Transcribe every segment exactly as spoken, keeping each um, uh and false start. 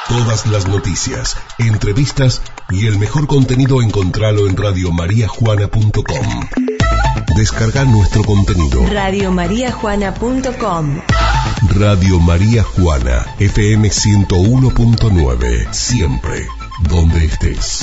Todas las noticias, entrevistas y el mejor contenido encontralo en radio maría juana punto com. Descarga nuestro contenido. radio maría juana punto com. Radio María Juana, F M ciento uno punto nueve. Siempre, donde estés.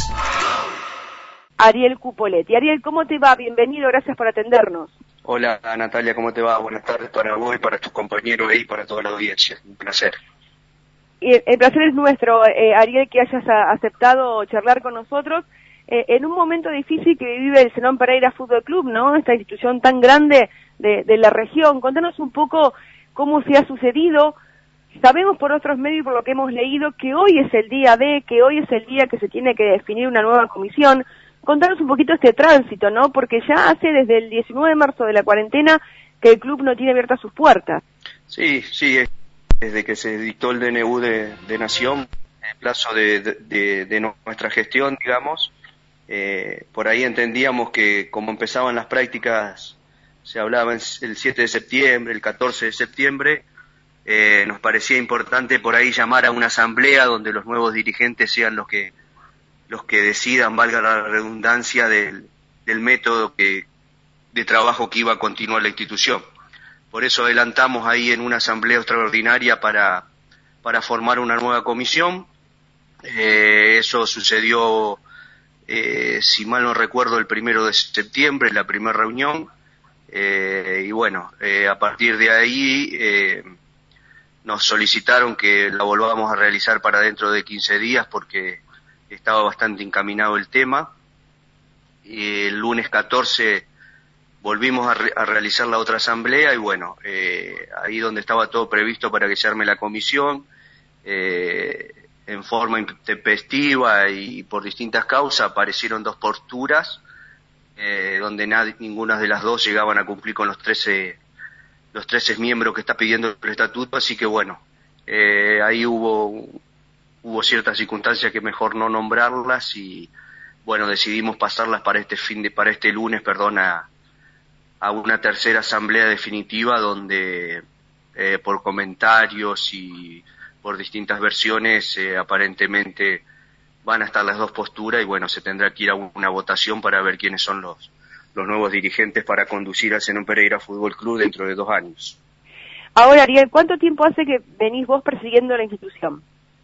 Ariel Cupoletti. Ariel, ¿cómo te va? Bienvenido, gracias por atendernos. Hola Natalia, ¿cómo te va? Buenas tardes para vos y para tus compañeros y para toda la audiencia. Un placer. Y el placer es nuestro, eh, Ariel, que hayas a, aceptado charlar con nosotros eh, en un momento difícil que vive el Zenón Pereira Fútbol Club, ¿no? Esta institución tan grande de, de la región. Contanos un poco cómo se ha sucedido. Sabemos por otros medios y por lo que hemos leído que hoy es el día D, que hoy es el día que se tiene que definir una nueva comisión. Contanos un poquito este tránsito, ¿no? Porque ya hace desde el diecinueve de marzo de la cuarentena que el club no tiene abiertas sus puertas. Sí, sí, desde que se dictó el D N U de, de Nación, el plazo de, de, de nuestra gestión, digamos, eh, por ahí entendíamos que como empezaban las prácticas, se hablaba el siete de septiembre, el catorce de septiembre, eh, nos parecía importante por ahí llamar a una asamblea donde los nuevos dirigentes sean los que los que decidan, valga la redundancia, del, del método que, de trabajo que iba a continuar la institución. Por eso adelantamos ahí en una asamblea extraordinaria para, para formar una nueva comisión. Eh, eso sucedió, eh, si mal no recuerdo, el primero de septiembre, la primera reunión. Eh, y bueno, eh, a partir de ahí eh, nos solicitaron que la volvamos a realizar para dentro de quince días porque estaba bastante encaminado el tema. Y el lunes catorce volvimos a, re- a realizar la otra asamblea y bueno, eh, ahí donde estaba todo previsto para que se arme la comisión, eh, en forma intempestiva y por distintas causas aparecieron dos posturas, eh, donde nadie, ninguna de las dos llegaban a cumplir con los trece, los trece miembros que está pidiendo el estatuto, así que bueno, eh, ahí hubo... hubo ciertas circunstancias que mejor no nombrarlas y bueno, decidimos pasarlas para este fin de, para este lunes, perdón, a, a una tercera asamblea definitiva donde eh, por comentarios y por distintas versiones eh, aparentemente van a estar las dos posturas y bueno, se tendrá que ir a una votación para ver quiénes son los, los nuevos dirigentes para conducir al Zenón Pereira Fútbol Club dentro de dos años. Ahora, Ariel, ¿cuánto tiempo hace que venís vos persiguiendo la institución?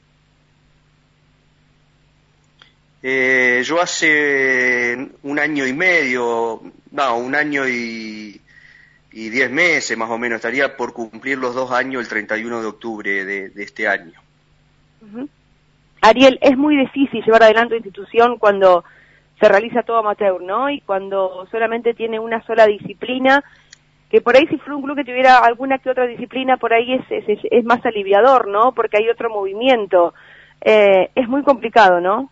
Eh, yo hace un año y medio, no, un año y, y diez meses más o menos, estaría por cumplir los dos años el treinta y uno de octubre de, de este año. Uh-huh. Ariel, es muy difícil llevar adelante una institución cuando se realiza todo amateur, ¿no? Y cuando solamente tiene una sola disciplina, que por ahí si fuera un club que tuviera alguna que otra disciplina, por ahí es, es, es más aliviador, ¿no? Porque hay otro movimiento. Eh, es muy complicado, ¿no?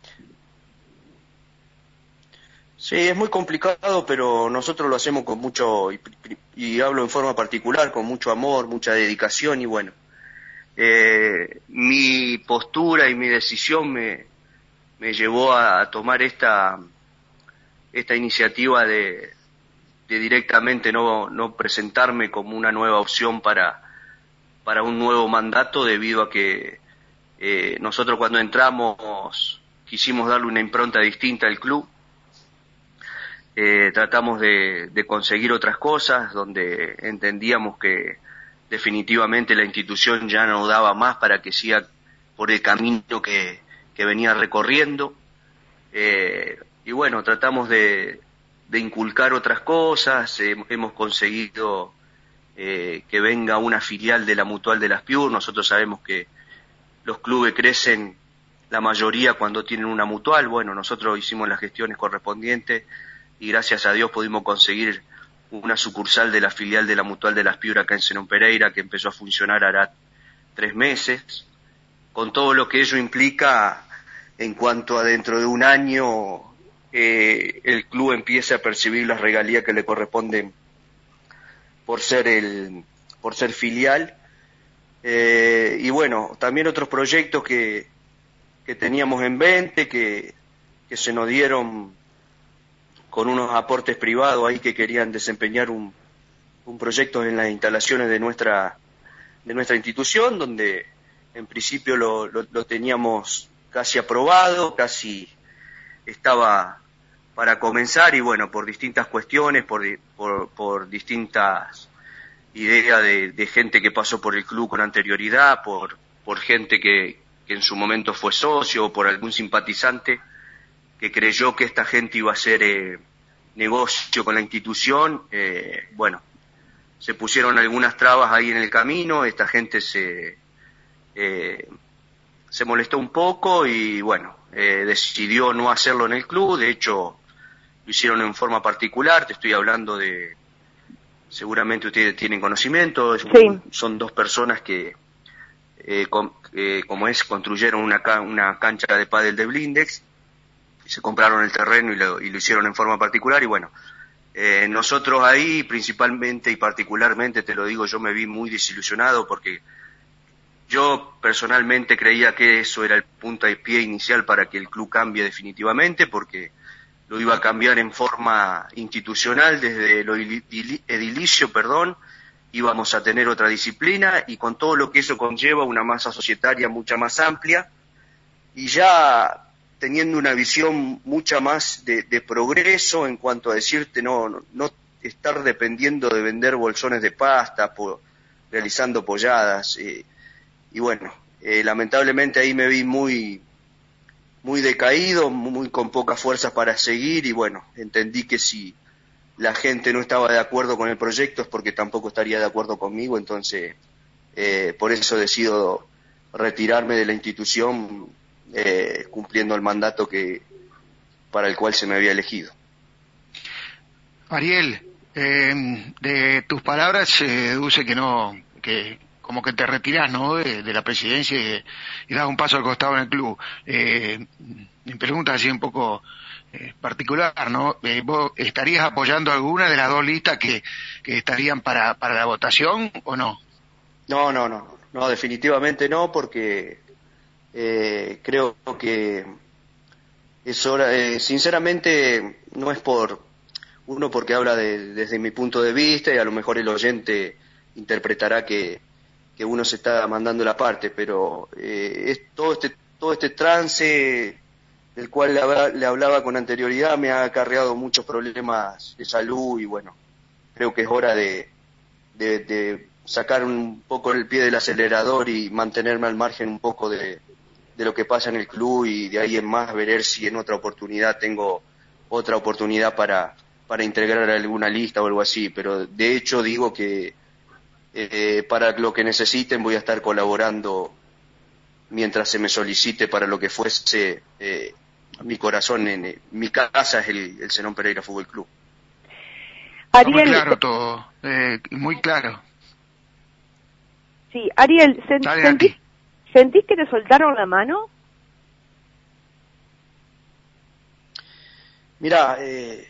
Sí, es muy complicado, pero nosotros lo hacemos con mucho, y, y hablo en forma particular, con mucho amor, mucha dedicación y bueno, eh, mi postura y mi decisión me, me llevó a, a tomar esta, esta iniciativa de, de directamente no, no presentarme como una nueva opción para, para un nuevo mandato debido a que eh, nosotros cuando entramos quisimos darle una impronta distinta al club. Eh, tratamos de, de conseguir otras cosas donde entendíamos que definitivamente la institución ya no daba más para que siga por el camino que, que venía recorriendo. Eh, y bueno, tratamos de, de inculcar otras cosas, eh, hemos conseguido eh, que venga una filial de la Mutual de las Piur. Nosotros sabemos que los clubes crecen la mayoría cuando tienen una mutual. Bueno, nosotros hicimos las gestiones correspondientes y gracias a Dios pudimos conseguir una sucursal de la filial de la Mutual de las Piura acá en Zenón Pereira, que empezó a funcionar hará tres meses, con todo lo que ello implica en cuanto a dentro de un año eh, el club empiece a percibir las regalías que le corresponden por ser el por ser filial, eh, y bueno, también otros proyectos que, que teníamos en mente, que, que se nos dieron con unos aportes privados ahí que querían desempeñar un, un proyecto en las instalaciones de nuestra de nuestra institución, donde en principio lo, lo, lo teníamos casi aprobado, casi estaba para comenzar y bueno, por distintas cuestiones, por, por, por distintas ideas de, de gente que pasó por el club con anterioridad, por, por gente que, que en su momento fue socio, o por algún simpatizante que creyó que esta gente iba a hacer eh, negocio con la institución, eh, bueno, se pusieron algunas trabas ahí en el camino, esta gente se, eh, se molestó un poco y bueno, eh, decidió no hacerlo en el club, de hecho lo hicieron en forma particular, te estoy hablando de, seguramente ustedes tienen conocimiento, es, sí. Son dos personas que, eh, com, eh, como es, construyeron una, una cancha de pádel de blindex, se compraron el terreno y lo, y lo hicieron en forma particular y bueno, eh, nosotros ahí principalmente y particularmente, te lo digo, yo me vi muy desilusionado porque yo personalmente creía que eso era el punto de pie inicial para que el club cambie definitivamente, porque lo iba a cambiar en forma institucional desde lo edilicio, perdón, íbamos a tener otra disciplina y con todo lo que eso conlleva, una masa societaria mucha más amplia y ya teniendo una visión mucha más de, de progreso en cuanto a decirte no, no, no estar dependiendo de vender bolsones de pasta, po, realizando polladas, eh, y bueno, eh, lamentablemente ahí me vi muy, muy decaído, muy con pocas fuerzas para seguir y bueno, entendí que si la gente no estaba de acuerdo con el proyecto es porque tampoco estaría de acuerdo conmigo, entonces eh, por eso decido retirarme de la institución, Eh, cumpliendo el mandato que para el cual se me había elegido. Ariel, eh, de tus palabras se eh, deduce que no, que como que te retirás, ¿no? De, de la presidencia y, y das un paso al costado en el club. Eh, mi pregunta así un poco eh, particular, ¿no? Eh, ¿Vos estarías apoyando alguna de las dos listas que, que estarían para, para la votación o no? No, no, no, no, definitivamente no, porque Eh, creo que es hora, eh, sinceramente no es por uno porque habla de, desde mi punto de vista y a lo mejor el oyente interpretará que, que uno se está mandando la parte, pero eh, es todo este todo este trance del cual le, habla, le hablaba con anterioridad me ha acarreado muchos problemas de salud y bueno, creo que es hora de, de, de sacar un poco el pie del acelerador y mantenerme al margen un poco de de lo que pasa en el club y de ahí en más ver si en otra oportunidad tengo otra oportunidad para para integrar alguna lista o algo así, pero de hecho digo que eh, para lo que necesiten voy a estar colaborando mientras se me solicite para lo que fuese eh, mi corazón, en eh, mi casa es el, el Zenón Pereira Fútbol Club. Ariel, muy claro todo, eh, muy claro. Sí, Ariel, sen, sentí ¿sentís que te soltaron la mano? Mira, eh,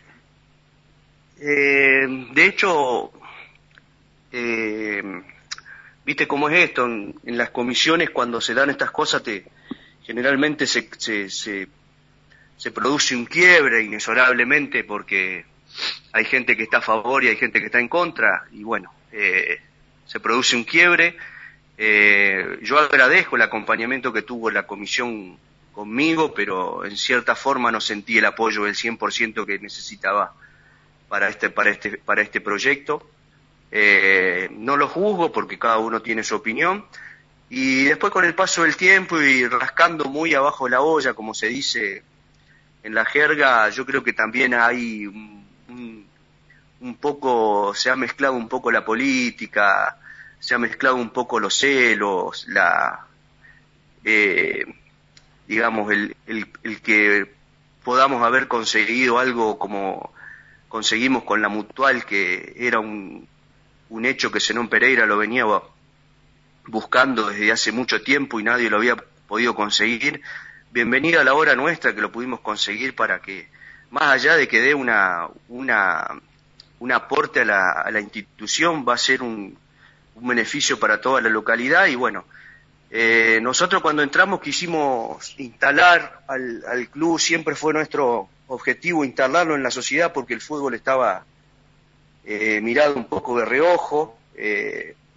eh, de hecho, eh, viste cómo es esto, en, en las comisiones cuando se dan estas cosas, te generalmente se, se, se, se produce un quiebre inexorablemente porque hay gente que está a favor y hay gente que está en contra, y bueno, eh, se produce un quiebre. Eh, yo agradezco el acompañamiento que tuvo la comisión conmigo, pero en cierta forma no sentí el apoyo del cien por ciento que necesitaba para este, para este, para este proyecto. Eh, no lo juzgo porque cada uno tiene su opinión, y después con el paso del tiempo y rascando muy abajo de la olla, como se dice en la jerga, yo creo que también hay un, un, un poco, se ha mezclado un poco la política, se ha mezclado un poco los celos, la, eh, digamos, el, el, el que podamos haber conseguido algo como conseguimos con la Mutual, que era un, un hecho que Zenón Pereira lo venía buscando desde hace mucho tiempo y nadie lo había podido conseguir. Bienvenida a la hora nuestra que lo pudimos conseguir, para que, más allá de que dé una, una, un aporte a la, a la institución, va a ser un un beneficio para toda la localidad. Y bueno, eh, nosotros cuando entramos quisimos instalar al, al club, siempre fue nuestro objetivo instalarlo en la sociedad porque el fútbol estaba eh, mirado un poco de reojo, eh,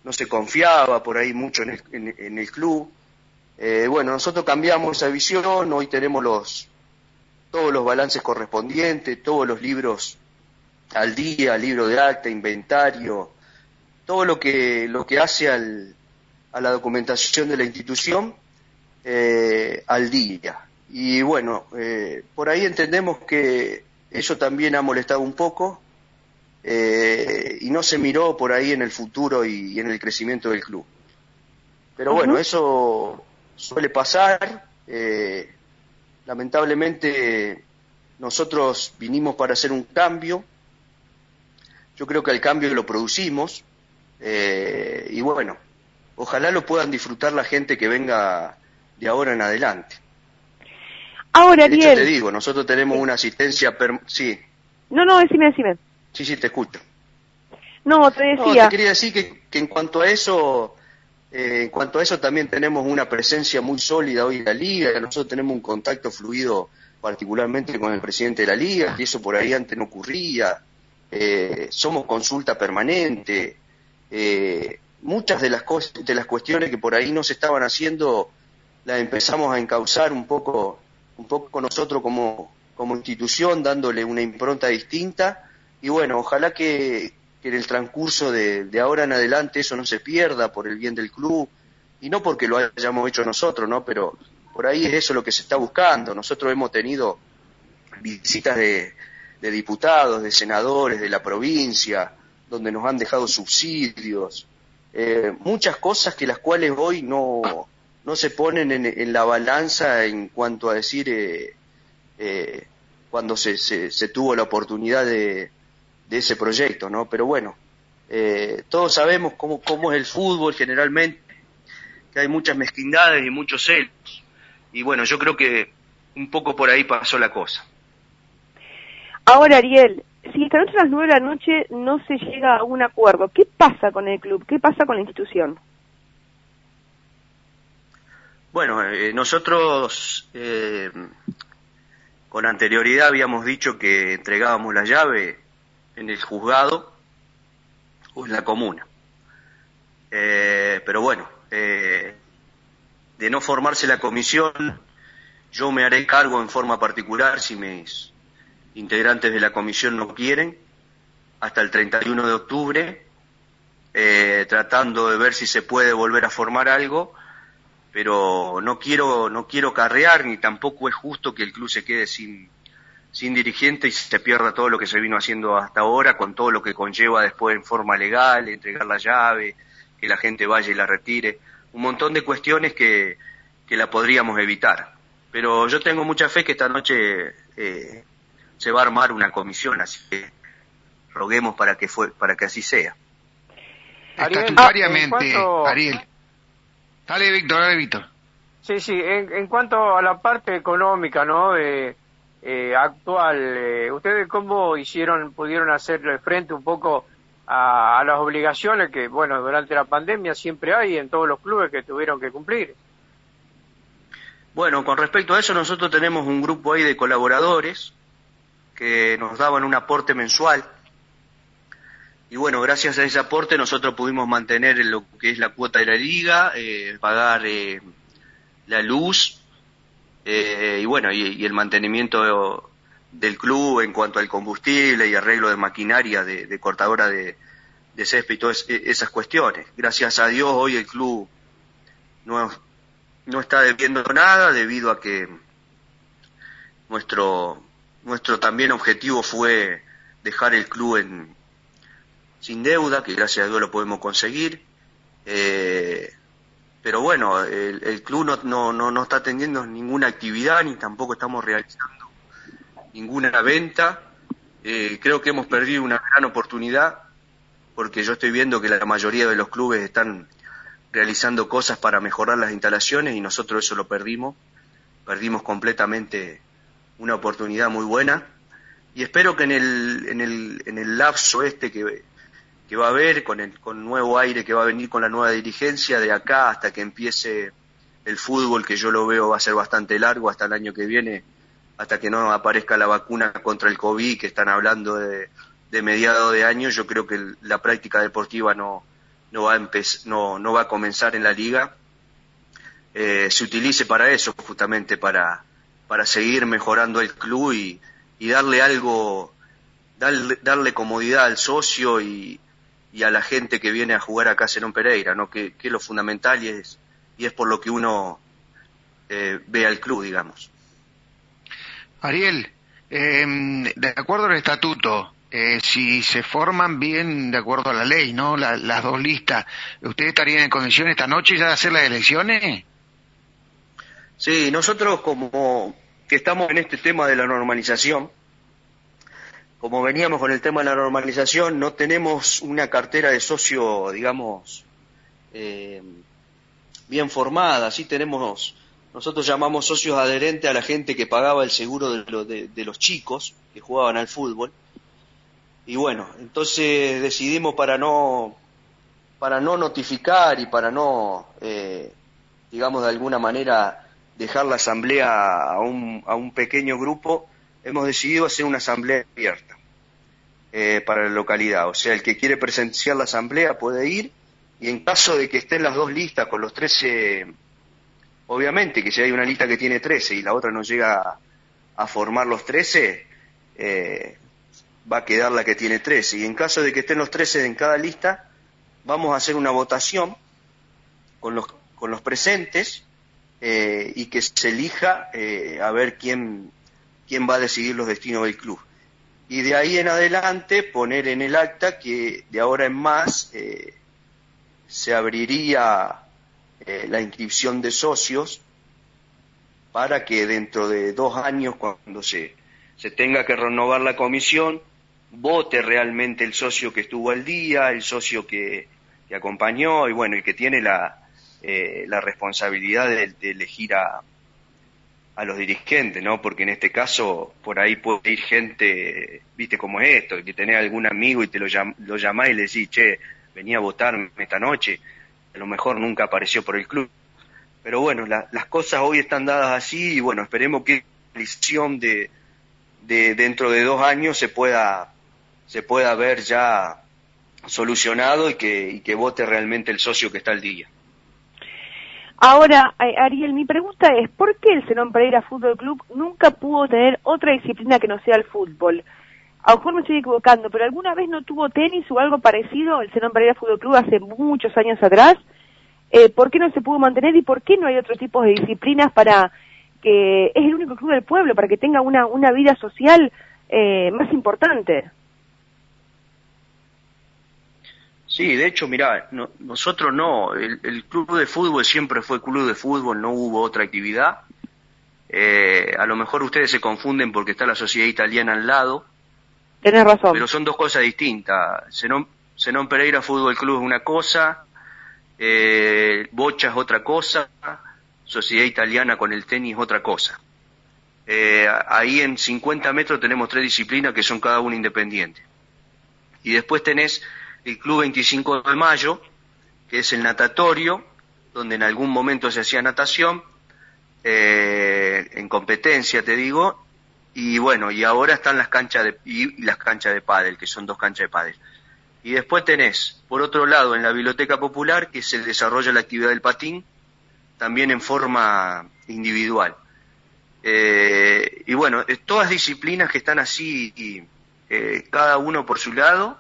no se confiaba por ahí mucho en el, en, en el club. Eh, bueno, nosotros cambiamos esa visión, hoy tenemos los todos los balances correspondientes, todos los libros al día, libro de acta, inventario, todo lo que lo que hace al, a la documentación de la institución eh, al día. Y bueno, eh, por ahí entendemos que eso también ha molestado un poco eh, y no se miró por ahí en el futuro y, y en el crecimiento del club. Pero uh-huh. Bueno, eso suele pasar. Eh, lamentablemente nosotros vinimos para hacer un cambio. Yo creo que el cambio lo producimos eh, y bueno, ojalá lo puedan disfrutar la gente que venga de ahora en adelante. Ahora, de hecho, Ariel, te digo, nosotros tenemos sí. una asistencia... Per... Sí. No, no, decime, decime. Sí, sí, te escucho. No, te decía... No, te quería decir que, que en cuanto a eso... Eh, en cuanto a eso también tenemos una presencia muy sólida hoy en la Liga, nosotros tenemos un contacto fluido particularmente con el presidente de la Liga, y eso por ahí antes no ocurría, eh, somos consulta permanente, eh, muchas de las cosas, de las cuestiones que por ahí no se estaban haciendo, las empezamos a encauzar un poco, un poco nosotros como, como institución, dándole una impronta distinta, y bueno, ojalá que que en el transcurso de, de ahora en adelante eso no se pierda por el bien del club, y no porque lo hayamos hecho nosotros, ¿no? Pero por ahí es eso lo que se está buscando. Nosotros hemos tenido visitas de, de diputados, de senadores de la provincia, donde nos han dejado subsidios, eh, muchas cosas que las cuales hoy no, no se ponen en, en la balanza en cuanto a decir eh, eh, cuando se, se, se tuvo la oportunidad de de ese proyecto, ¿no? Pero bueno, eh, todos sabemos cómo, cómo es el fútbol generalmente, que hay muchas mezquindades y muchos celos, y bueno, yo creo que un poco por ahí pasó la cosa. Ahora, Ariel, si esta noche a las nueve de la noche no se llega a un acuerdo, ¿qué pasa con el club? ¿Qué pasa con la institución? Bueno, eh, nosotros eh, con anterioridad habíamos dicho que entregábamos la llave en el juzgado o en la comuna. Eh, pero bueno, eh, de no formarse la comisión, yo me haré cargo en forma particular si mis integrantes de la comisión no quieren, hasta el treinta y uno de octubre, eh, tratando de ver si se puede volver a formar algo, pero no quiero, no quiero carrear, ni tampoco es justo que el club se quede sin sin dirigente y se pierda todo lo que se vino haciendo hasta ahora, con todo lo que conlleva después en forma legal, entregar la llave, que la gente vaya y la retire, un montón de cuestiones que, que la podríamos evitar. Pero yo tengo mucha fe que esta noche eh, se va a armar una comisión, así que roguemos para que fue, para que así sea. Estatutariamente, cuanto... Ariel. Dale, Víctor, dale, Víctor. Sí, sí, en, en cuanto a la parte económica, ¿no?, de... Eh, actual, eh, ¿ustedes cómo hicieron, pudieron hacerle frente un poco a, a las obligaciones que, bueno, durante la pandemia siempre hay en todos los clubes que tuvieron que cumplir? Bueno, con respecto a eso, nosotros tenemos un grupo ahí de colaboradores que nos daban un aporte mensual, y bueno, gracias a ese aporte nosotros pudimos mantener lo que es la cuota de la liga, eh, pagar eh, la luz, Eh, y bueno, y, y el mantenimiento del club en cuanto al combustible y arreglo de maquinaria de, de cortadora de, de césped y todas esas cuestiones. Gracias a Dios hoy el club no, no está debiendo nada, debido a que nuestro nuestro también objetivo fue dejar el club en sin deuda, que gracias a Dios lo podemos conseguir. Eh, pero bueno, el, el club no, no, no, no está teniendo ninguna actividad, ni tampoco estamos realizando ninguna venta. Eh, creo que hemos perdido una gran oportunidad, porque yo estoy viendo que la mayoría de los clubes están realizando cosas para mejorar las instalaciones y nosotros eso lo perdimos, perdimos completamente una oportunidad muy buena, y espero que en el, en el, en el lapso este que, que va a haber, con el con nuevo aire que va a venir con la nueva dirigencia, de acá hasta que empiece el fútbol, que yo lo veo va a ser bastante largo, hasta el año que viene, hasta que no aparezca la vacuna contra el COVID, que están hablando de, de mediados de año, yo creo que la práctica deportiva no no va a empezar, no, no va a comenzar en la liga, eh, se utilice para eso, justamente para, para seguir mejorando el club y, y darle algo, darle, darle comodidad al socio y, y a la gente que viene a jugar acá a Zenón Pereira, ¿no? Que, que es lo fundamental y es, y es por lo que uno eh, ve al club, digamos. Ariel, eh, de acuerdo al estatuto, eh, si se forman bien de acuerdo a la ley, ¿no? La, las dos listas, ¿ustedes estarían en condiciones esta noche ya de hacer las elecciones? Sí, nosotros como que estamos en este tema de la normalización, como veníamos con el tema de la normalización, no tenemos una cartera de socio, digamos, eh, bien formada. Sí tenemos, nosotros llamamos socios adherentes a la gente que pagaba el seguro de, lo, de, de los chicos que jugaban al fútbol. Y bueno, entonces decidimos para no, para no notificar y para no, eh, digamos de alguna manera, dejar la asamblea a un, a un pequeño grupo, hemos decidido hacer una asamblea abierta eh, para la localidad. O sea, el que quiere presenciar la asamblea puede ir, y en caso de que estén las dos listas con los trece, obviamente que si hay una lista que tiene trece y la otra no llega a, a formar los trece, eh, va a quedar la que tiene trece. Y en caso de que estén los trece en cada lista, vamos a hacer una votación con los, con los presentes, Eh, y que se elija eh, a ver quién, quién va a decidir los destinos del club. Y de ahí en adelante poner en el acta que de ahora en más eh, se abriría eh, la inscripción de socios para que dentro de dos años, cuando se, se tenga que renovar la comisión, vote realmente el socio que estuvo al día, el socio que, que acompañó y bueno, y que tiene la Eh, la responsabilidad de, de elegir a, a los dirigentes, ¿no? Porque en este caso, por ahí puede ir gente, viste cómo es esto, que tenés algún amigo y te lo, llam, lo llamás y le decís, che, venía a votarme esta noche, a lo mejor nunca apareció por el club. Pero bueno, la, las cosas hoy están dadas así y bueno, esperemos que la elección de, de dentro de dos años se pueda, se pueda ver ya solucionado y que, y que vote realmente el socio que está al día. Ahora, Ariel, mi pregunta es, ¿por qué el Zenón Pereira Fútbol Club nunca pudo tener otra disciplina que no sea el fútbol? A lo mejor me estoy equivocando, pero ¿alguna vez no tuvo tenis o algo parecido el Zenón Pereira Fútbol Club hace muchos años atrás? Eh, ¿Por qué no se pudo mantener y por qué no hay otro tipo de disciplinas para que es el único club del pueblo, para que tenga una, una vida social eh, más importante? Sí, de hecho, mirá, no, nosotros no, el, el club de fútbol siempre fue club de fútbol, no hubo otra actividad. Eh, a lo mejor ustedes se confunden porque está la sociedad italiana al lado. Tenés razón. Pero son dos cosas distintas. Zenón, Zenón Pereira Fútbol Club es una cosa, eh, Bocha es otra cosa, sociedad italiana con el tenis es otra cosa. Eh, ahí en cincuenta metros tenemos tres disciplinas que son cada una independientes. Y después tenés el Club veinticinco de mayo, que es el natatorio, donde en algún momento se hacía natación, eh, en competencia te digo, y bueno, y ahora están las canchas de, y, y las canchas de pádel, que son dos canchas de pádel. Y después tenés, por otro lado, en la Biblioteca Popular, que se desarrolla la actividad del patín, también en forma individual. Eh, y bueno, todas disciplinas que están así, y, eh, cada uno por su lado,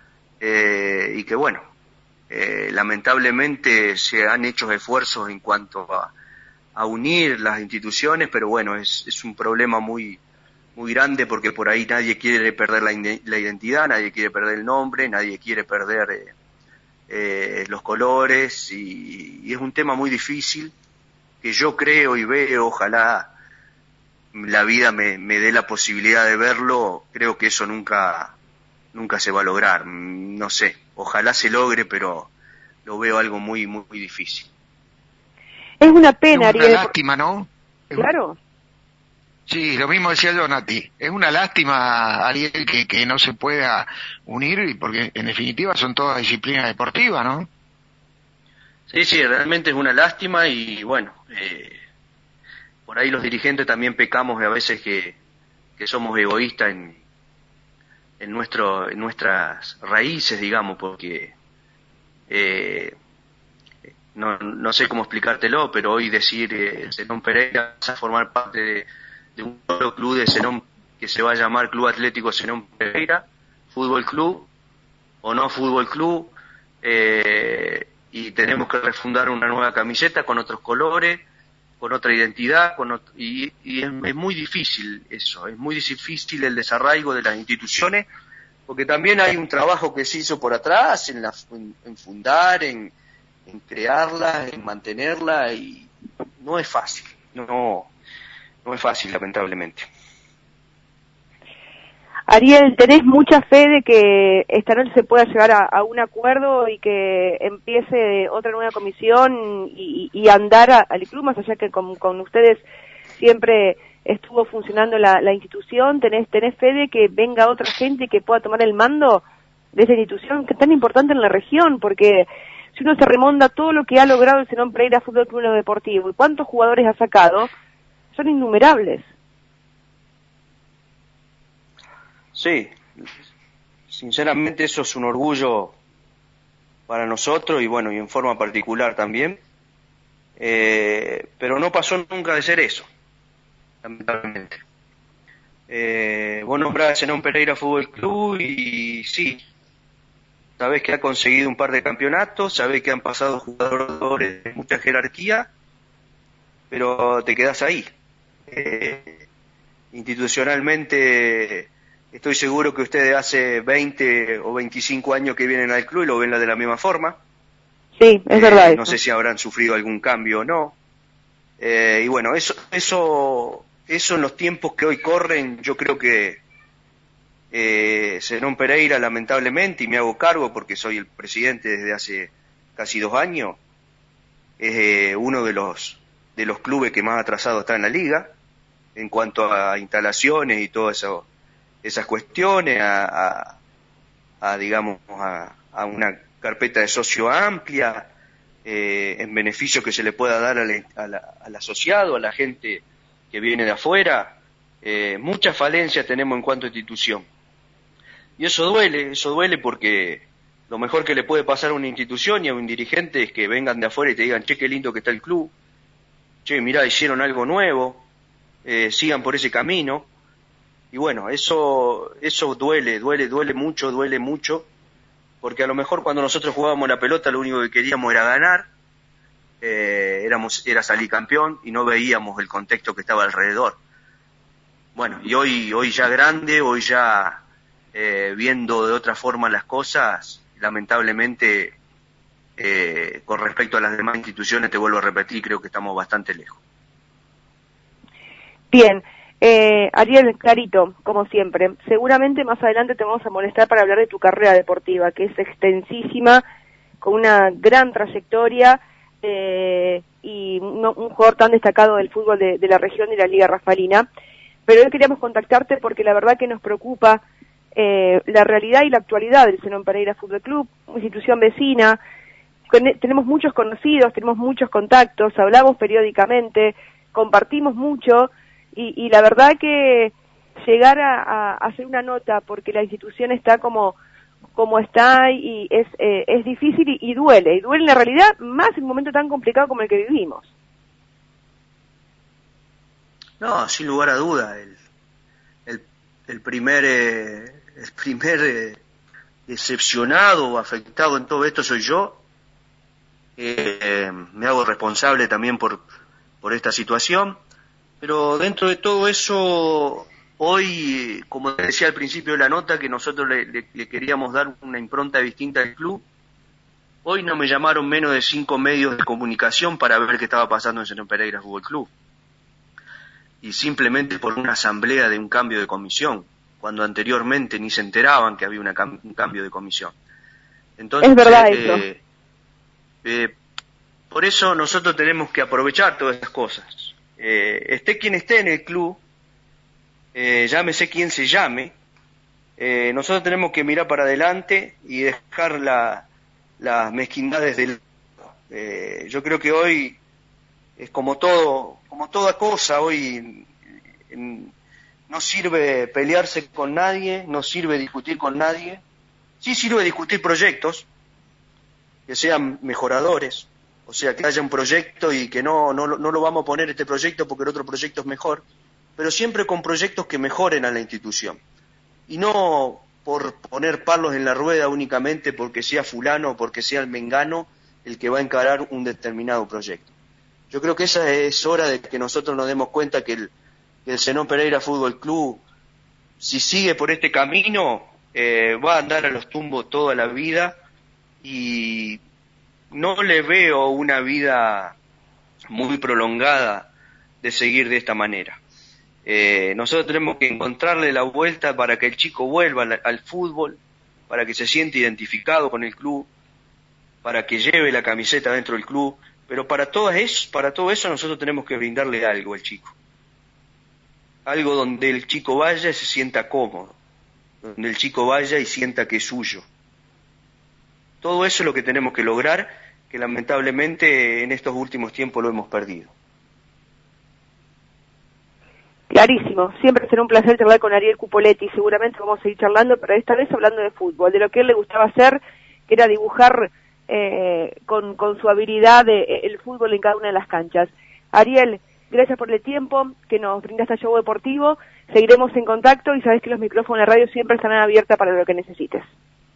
Eh, y que bueno, eh, lamentablemente se han hecho esfuerzos en cuanto a, a unir las instituciones, pero bueno, es, es un problema muy muy grande porque por ahí nadie quiere perder la, la identidad, nadie quiere perder el nombre, nadie quiere perder eh, eh, los colores y, y es un tema muy difícil que yo creo y veo, ojalá la vida me, me dé la posibilidad de verlo, creo que eso nunca nunca se va a lograr, no sé, ojalá se logre, pero lo veo algo muy, muy, muy difícil. Es una pena, Es una Ariel. lástima, ¿no? Claro. Sí, lo mismo decía yo, Nati. Es una lástima, Ariel, que, que no se pueda unir, porque en definitiva son todas disciplinas deportivas, ¿no? Sí, sí, realmente es una lástima y bueno, eh, por ahí los dirigentes también pecamos a veces que, que somos egoístas en en nuestro en nuestras raíces, digamos, porque eh, no, no sé cómo explicártelo, pero hoy decir eh, Zenón Pereira va a formar parte de, de un solo club de Zenón que se va a llamar Club Atlético Zenón Pereira, Fútbol Club o no Fútbol Club, eh, y tenemos que refundar una nueva camiseta con otros colores, con otra identidad, con otro, y, y es, es muy difícil eso, es muy difícil el desarraigo de las instituciones, porque también hay un trabajo que se hizo por atrás en, la, en, en fundar, en, en crearla, en mantenerla, y no es fácil, no, no es fácil, lamentablemente. Ariel, ¿tenés mucha fe de que esta noche se pueda llegar a, a un acuerdo y que empiece otra nueva comisión y, y andar a, al club, más allá que con, con ustedes siempre estuvo funcionando la, la institución? ¿Tenés, ¿Tenés fe de que venga otra gente que pueda tomar el mando de esa institución que es tan importante en la región? Porque si uno se remonta a todo lo que ha logrado el Zenón Pereira Fútbol Club Deportivo y cuántos jugadores ha sacado, son innumerables. Sí, sinceramente eso es un orgullo para nosotros y bueno, y en forma particular también, eh, pero no pasó nunca de ser eso, lamentablemente. Eh, vos nombrás Zenón Pereira Fútbol Club y sí, sabés que ha conseguido un par de campeonatos, sabés que han pasado jugadores de mucha jerarquía, pero te quedás ahí. Eh, institucionalmente estoy seguro que ustedes hace veinte o veinticinco años que vienen al club y lo ven de la misma forma. Sí, es eh, verdad. No sé si habrán sufrido algún cambio o no. Eh, y bueno, eso, eso, eso en los tiempos que hoy corren, yo creo que eh, Zenón Pereira, lamentablemente, y me hago cargo porque soy el presidente desde hace casi dos años, es eh, uno de los de los clubes que más atrasado está en la liga en cuanto a instalaciones y todo eso. Esas cuestiones, a, a, a digamos, a, a una carpeta de socio amplia, eh, en beneficio que se le pueda dar al, a la, al asociado, a la gente que viene de afuera. Eh, muchas falencias tenemos en cuanto a institución. Y eso duele, eso duele porque lo mejor que le puede pasar a una institución y a un dirigente es que vengan de afuera y te digan, che, qué lindo que está el club, che, mirá, hicieron algo nuevo, eh, sigan por ese camino. Y bueno, eso eso duele, duele, duele mucho, duele mucho, porque a lo mejor cuando nosotros jugábamos la pelota lo único que queríamos era ganar, eh, éramos era salir campeón y no veíamos el contexto que estaba alrededor. Bueno, y hoy hoy ya grande, hoy ya eh, viendo de otra forma las cosas, lamentablemente, eh, con respecto a las demás instituciones, te vuelvo a repetir, creo que estamos bastante lejos. Bien. Eh, Ariel, clarito, como siempre, seguramente más adelante te vamos a molestar para hablar de tu carrera deportiva, que es extensísima, con una gran trayectoria eh, y un, un jugador tan destacado del fútbol de, de la región y la Liga Rafaelina. Pero hoy queríamos contactarte porque la verdad que nos preocupa eh, la realidad y la actualidad del Zenón Pereira Fútbol Club, institución vecina. Con, tenemos muchos conocidos, tenemos muchos contactos, hablamos periódicamente, compartimos mucho. Y, y la verdad que llegar a, a hacer una nota porque la institución está como como está y es eh, es difícil y, y duele, y duele en la realidad, más en un momento tan complicado como el que vivimos. No, sin lugar a duda, el, el, el primer, eh, el primer eh, decepcionado o afectado en todo esto soy yo. Eh, me hago responsable también por, por esta situación. Pero dentro de todo eso, hoy, como decía al principio de la nota, que nosotros le, le, le queríamos dar una impronta distinta al club, hoy no me llamaron menos de cinco medios de comunicación para ver qué estaba pasando en Zenón Pereira Fútbol Club. Y simplemente por una asamblea de un cambio de comisión, cuando anteriormente ni se enteraban que había una, un cambio de comisión. Entonces, es verdad eh, eso. Eh, eh, por eso nosotros tenemos que aprovechar todas esas cosas. Eh, esté quien esté en el club, eh, llámese quien se llame, eh, nosotros tenemos que mirar para adelante y dejar la, las mezquindades del eh, yo creo que hoy es como todo, como toda cosa, hoy en, no sirve pelearse con nadie, no sirve discutir con nadie, sí sirve discutir proyectos, que sean mejoradores, o sea, que haya un proyecto y que no, no, no lo vamos a poner este proyecto porque el otro proyecto es mejor, pero siempre con proyectos que mejoren a la institución. Y no por poner palos en la rueda únicamente porque sea fulano o porque sea el mengano el que va a encarar un determinado proyecto. Yo creo que esa es hora de que nosotros nos demos cuenta que el, que el Zenón Pereira Fútbol Club, si sigue por este camino, eh, va a andar a los tumbos toda la vida, y no le veo una vida muy prolongada de seguir de esta manera. Eh, nosotros tenemos que encontrarle la vuelta para que el chico vuelva al, al fútbol, para que se siente identificado con el club, para que lleve la camiseta dentro del club, pero para todo eso, para todo eso nosotros tenemos que brindarle algo al chico. Algo donde el chico vaya y se sienta cómodo, donde el chico vaya y sienta que es suyo. Todo eso es lo que tenemos que lograr, que lamentablemente en estos últimos tiempos lo hemos perdido. Clarísimo, siempre será un placer charlar con Ariel Cupoletti, seguramente vamos a seguir charlando, pero esta vez hablando de fútbol, de lo que a él le gustaba hacer, que era dibujar eh, con, con su habilidad de, el fútbol en cada una de las canchas. Ariel, gracias por el tiempo que nos brindaste a Show Deportivo, seguiremos en contacto y sabes que los micrófonos de radio siempre estarán abiertos para lo que necesites.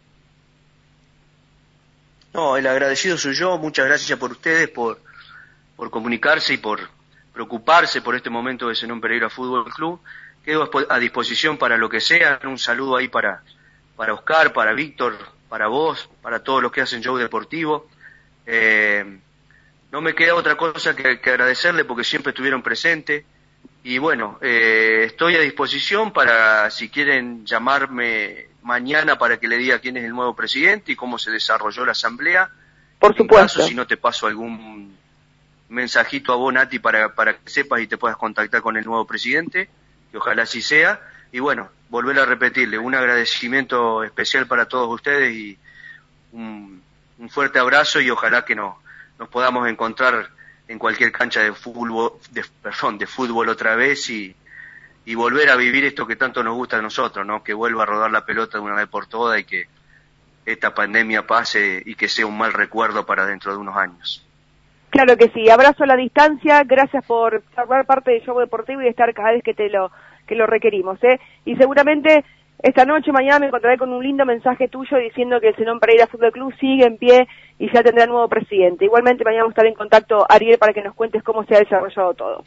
No, el agradecido soy yo, muchas gracias por ustedes, por, por comunicarse y por preocuparse por este momento de Zenón Pereira Fútbol Club. Quedo a disposición para lo que sea. Un saludo ahí para, para Oscar, para Víctor, para vos, para todos los que hacen Show Deportivo. Eh, no me queda otra cosa que, que agradecerle porque siempre estuvieron presentes. Y bueno, eh, estoy a disposición para, si quieren llamarme mañana para que le diga quién es el nuevo presidente y cómo se desarrolló la asamblea. Por supuesto. En caso, si no te paso algún mensajito a vos, Nati, para, para que sepas y te puedas contactar con el nuevo presidente, que ojalá así sea. Y bueno, volver a repetirle un agradecimiento especial para todos ustedes y un, un fuerte abrazo, y ojalá que no, nos podamos encontrar en cualquier cancha de fútbol, de, perdón, de fútbol otra vez y, y volver a vivir esto que tanto nos gusta a nosotros, ¿no? Que vuelva a rodar la pelota de una vez por todas y que esta pandemia pase y que sea un mal recuerdo para dentro de unos años. Claro que sí, abrazo a la distancia, gracias por formar parte del Show Deportivo y estar cada vez que te lo que lo requerimos, ¿eh? Y seguramente esta noche, mañana me encontraré con un lindo mensaje tuyo diciendo que el Zenón Pereira Fútbol Club sigue en pie y ya tendrá nuevo presidente. Igualmente mañana vamos a estar en contacto, Ariel, para que nos cuentes cómo se ha desarrollado todo.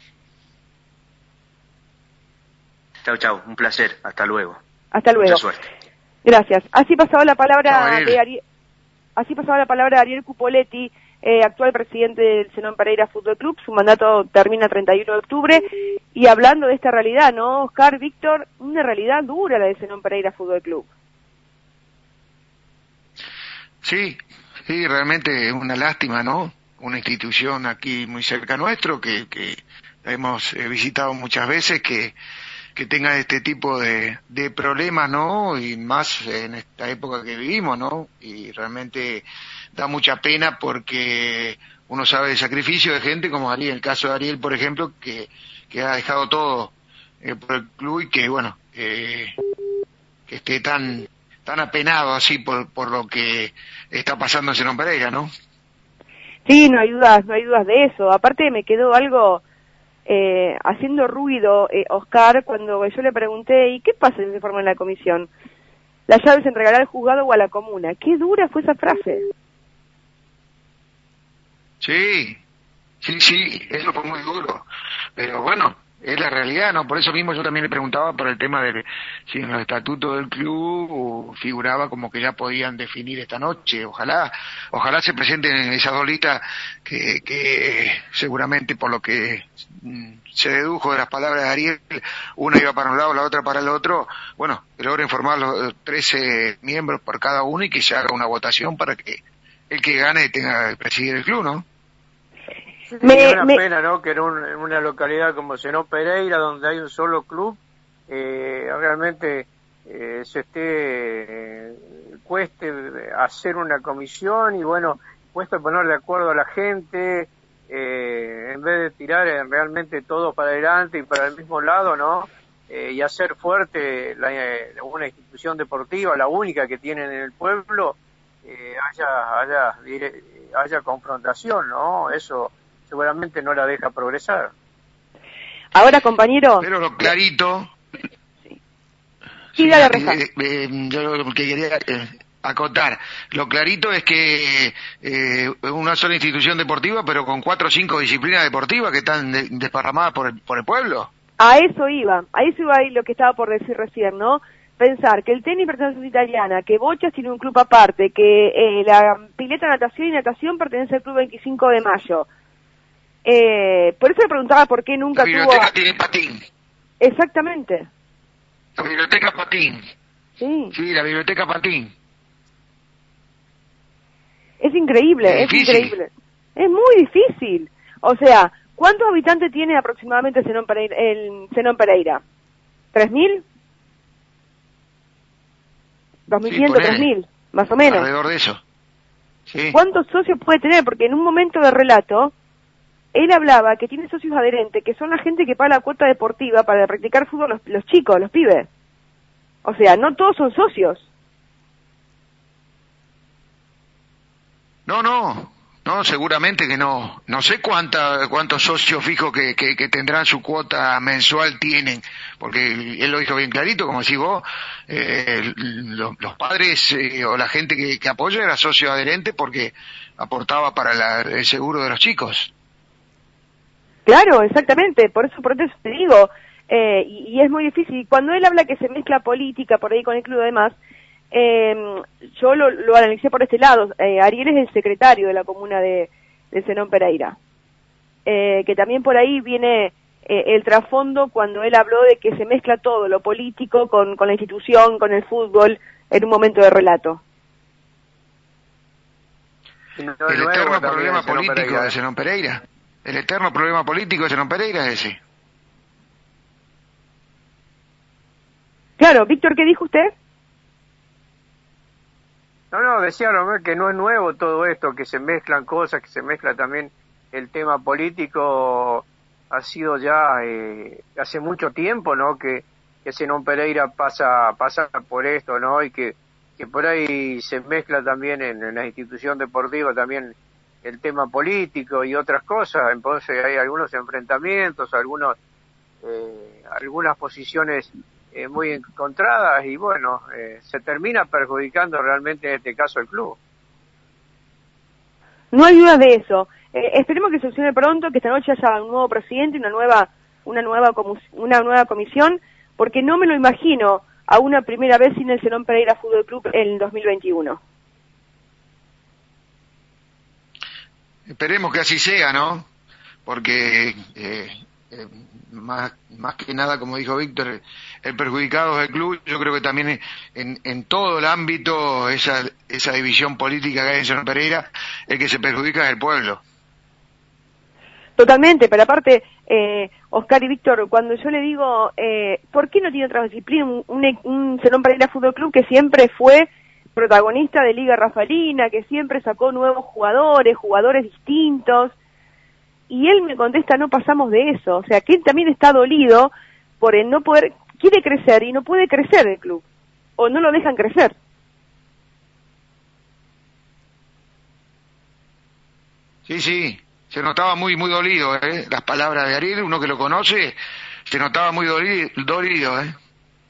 Chau, chau, un placer, hasta luego. Hasta luego. Mucha suerte. Gracias. Así pasaba la palabra Chau, Ariel. de Ariel, así pasaba la palabra de Ariel Cupoletti, eh, actual presidente del Zenón Pereira Fútbol Club. Su mandato termina el treinta y uno de octubre, y hablando de esta realidad, ¿no, Oscar, Víctor? Una realidad dura la del Zenón Pereira Fútbol Club. Sí, sí, realmente es una lástima, ¿no? Una institución aquí muy cerca nuestro, que, que la hemos eh, visitado muchas veces, que, que tenga este tipo de, de problemas, ¿no? Y más en esta época que vivimos, ¿no? Y realmente da mucha pena porque uno sabe el sacrificio de gente como Ariel, el caso de Ariel, por ejemplo, que, que ha dejado todo eh, por el club y que, bueno, eh, que esté tan tan apenado así por por lo que está pasando en Zenón Pereira, ¿no? Sí, no hay dudas, no hay dudas de eso. Aparte me quedó algo eh, haciendo ruido, eh, Oscar, cuando yo le pregunté, ¿y qué pasa si se forma en la comisión? La llave se entregará al juzgado o a la comuna. Qué dura fue esa frase. Sí, sí, sí, eso fue muy duro, pero bueno, es la realidad, ¿no? Por eso mismo yo también le preguntaba por el tema de si en los estatutos del club figuraba como que ya podían definir esta noche. Ojalá, ojalá se presenten en esas dos listas que, que seguramente, por lo que mm, se dedujo de las palabras de Ariel, una iba para un lado, la otra para el otro. Bueno, que logren formar los trece miembros por cada uno y que se haga una votación para que el que gane tenga que presidir el club, ¿no? Me, es una me... pena, ¿no? Que en, un, en una localidad como Zenón Pereira, donde hay un solo club, eh, realmente eh, se esté eh, cueste hacer una comisión y bueno, cueste poner de acuerdo a la gente, eh, en vez de tirar eh, realmente todo para adelante y para el mismo lado, ¿no? Eh, y hacer fuerte la, eh, una institución deportiva, la única que tienen en el pueblo, eh, haya, haya, dire, haya confrontación, ¿no? Eso seguramente no la deja progresar. Ahora, compañero... Pero lo clarito... Sí, sí dale, Reja. Eh, eh, yo lo que quería eh, acotar, lo clarito es que eh, una sola institución deportiva, pero con cuatro o cinco disciplinas deportivas que están de, desparramadas por el, por el pueblo. A eso iba, a eso iba lo que estaba por decir recién, ¿no? Pensar que el tenis pertenece a la italiana, que Bochas tiene un club aparte, que eh, la pileta natación y natación pertenece al club veinticinco de mayo. Eh, por eso le preguntaba por qué nunca la biblioteca tuvo... tiene patín. Exactamente. La biblioteca patín. Sí. Sí, la biblioteca patín. Es increíble, es, es increíble. Es muy difícil. O sea, ¿cuántos habitantes tiene aproximadamente Zenón Pereira, el Zenón Pereira? ¿tres mil? ¿dos mil quinientos, tres mil? Más o menos. Alrededor de eso. Sí. ¿Cuántos socios puede tener? Porque en un momento de relato, él hablaba que tiene socios adherentes, que son la gente que paga la cuota deportiva para practicar fútbol los, los chicos, los pibes. O sea, no todos son socios. No, no, no, seguramente que no. No sé cuánta, cuántos socios fijos que, que, que tendrán su cuota mensual tienen, porque él lo dijo bien clarito, como decís vos, eh, los, los padres eh, o la gente que, que apoya era socio adherente porque aportaba para la, el seguro de los chicos. Claro, exactamente, por eso, por eso te digo, eh, y, y es muy difícil. Cuando él habla que se mezcla política por ahí con el club y demás, eh, yo lo, lo analicé por este lado. eh, Ariel es el secretario de la comuna de, de Zenón Pereira, eh, que también por ahí viene eh, el trasfondo cuando él habló de que se mezcla todo, lo político con, con la institución, con el fútbol, en un momento de relato. El eterno problema político de Zenón Pereira. El eterno problema político de Zenón Pereira es ese. Claro, Víctor, ¿qué dijo usted? No, no, decía lo que no es nuevo todo esto, que se mezclan cosas, que se mezcla también el tema político. Ha sido ya eh, hace mucho tiempo, ¿no? Que, que Zenón Pereira pasa, pasa por esto, ¿no? Y que, que por ahí se mezcla también en, en la institución deportiva también el tema político y otras cosas. Entonces hay algunos enfrentamientos, algunos eh, algunas posiciones eh, muy encontradas y bueno, eh, se termina perjudicando realmente en este caso el club. No hay duda de eso. Eh, esperemos que se solucione pronto, que esta noche haya un nuevo presidente, una nueva una nueva comu- una nueva comisión, porque no me lo imagino a una primera vez sin el Zenón Pereira Fútbol Club en el dos mil veintiuno. Esperemos que así sea, ¿no? Porque eh, eh, más, más que nada, como dijo Víctor, el perjudicado es el club. Yo creo que también en, en todo el ámbito, esa esa división política que hay en Zenón Pereira, el que se perjudica es el pueblo. Totalmente, pero aparte, eh, Oscar y Víctor, cuando yo le digo, eh, ¿por qué no tiene otra disciplina un, un, un Zenón Pereira Fútbol Club que siempre fue protagonista de Liga Rafaelina, que siempre sacó nuevos jugadores, jugadores distintos? Y él me contesta, no pasamos de eso. O sea, que él también está dolido por el no poder, quiere crecer y no puede crecer el club, o no lo dejan crecer. Sí, sí, se notaba muy muy dolido, ¿eh? Las palabras de Ariel, uno que lo conoce, se notaba muy dolido, dolido, ¿eh?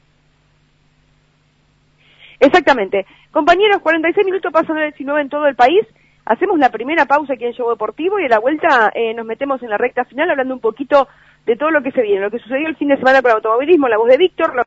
Exactamente. Compañeros, cuarenta y seis minutos pasan de diecinueve en todo el país. Hacemos la primera pausa aquí en Show Deportivo y a la vuelta eh, nos metemos en la recta final hablando un poquito de todo lo que se viene, lo que sucedió el fin de semana con el automovilismo, la voz de Víctor.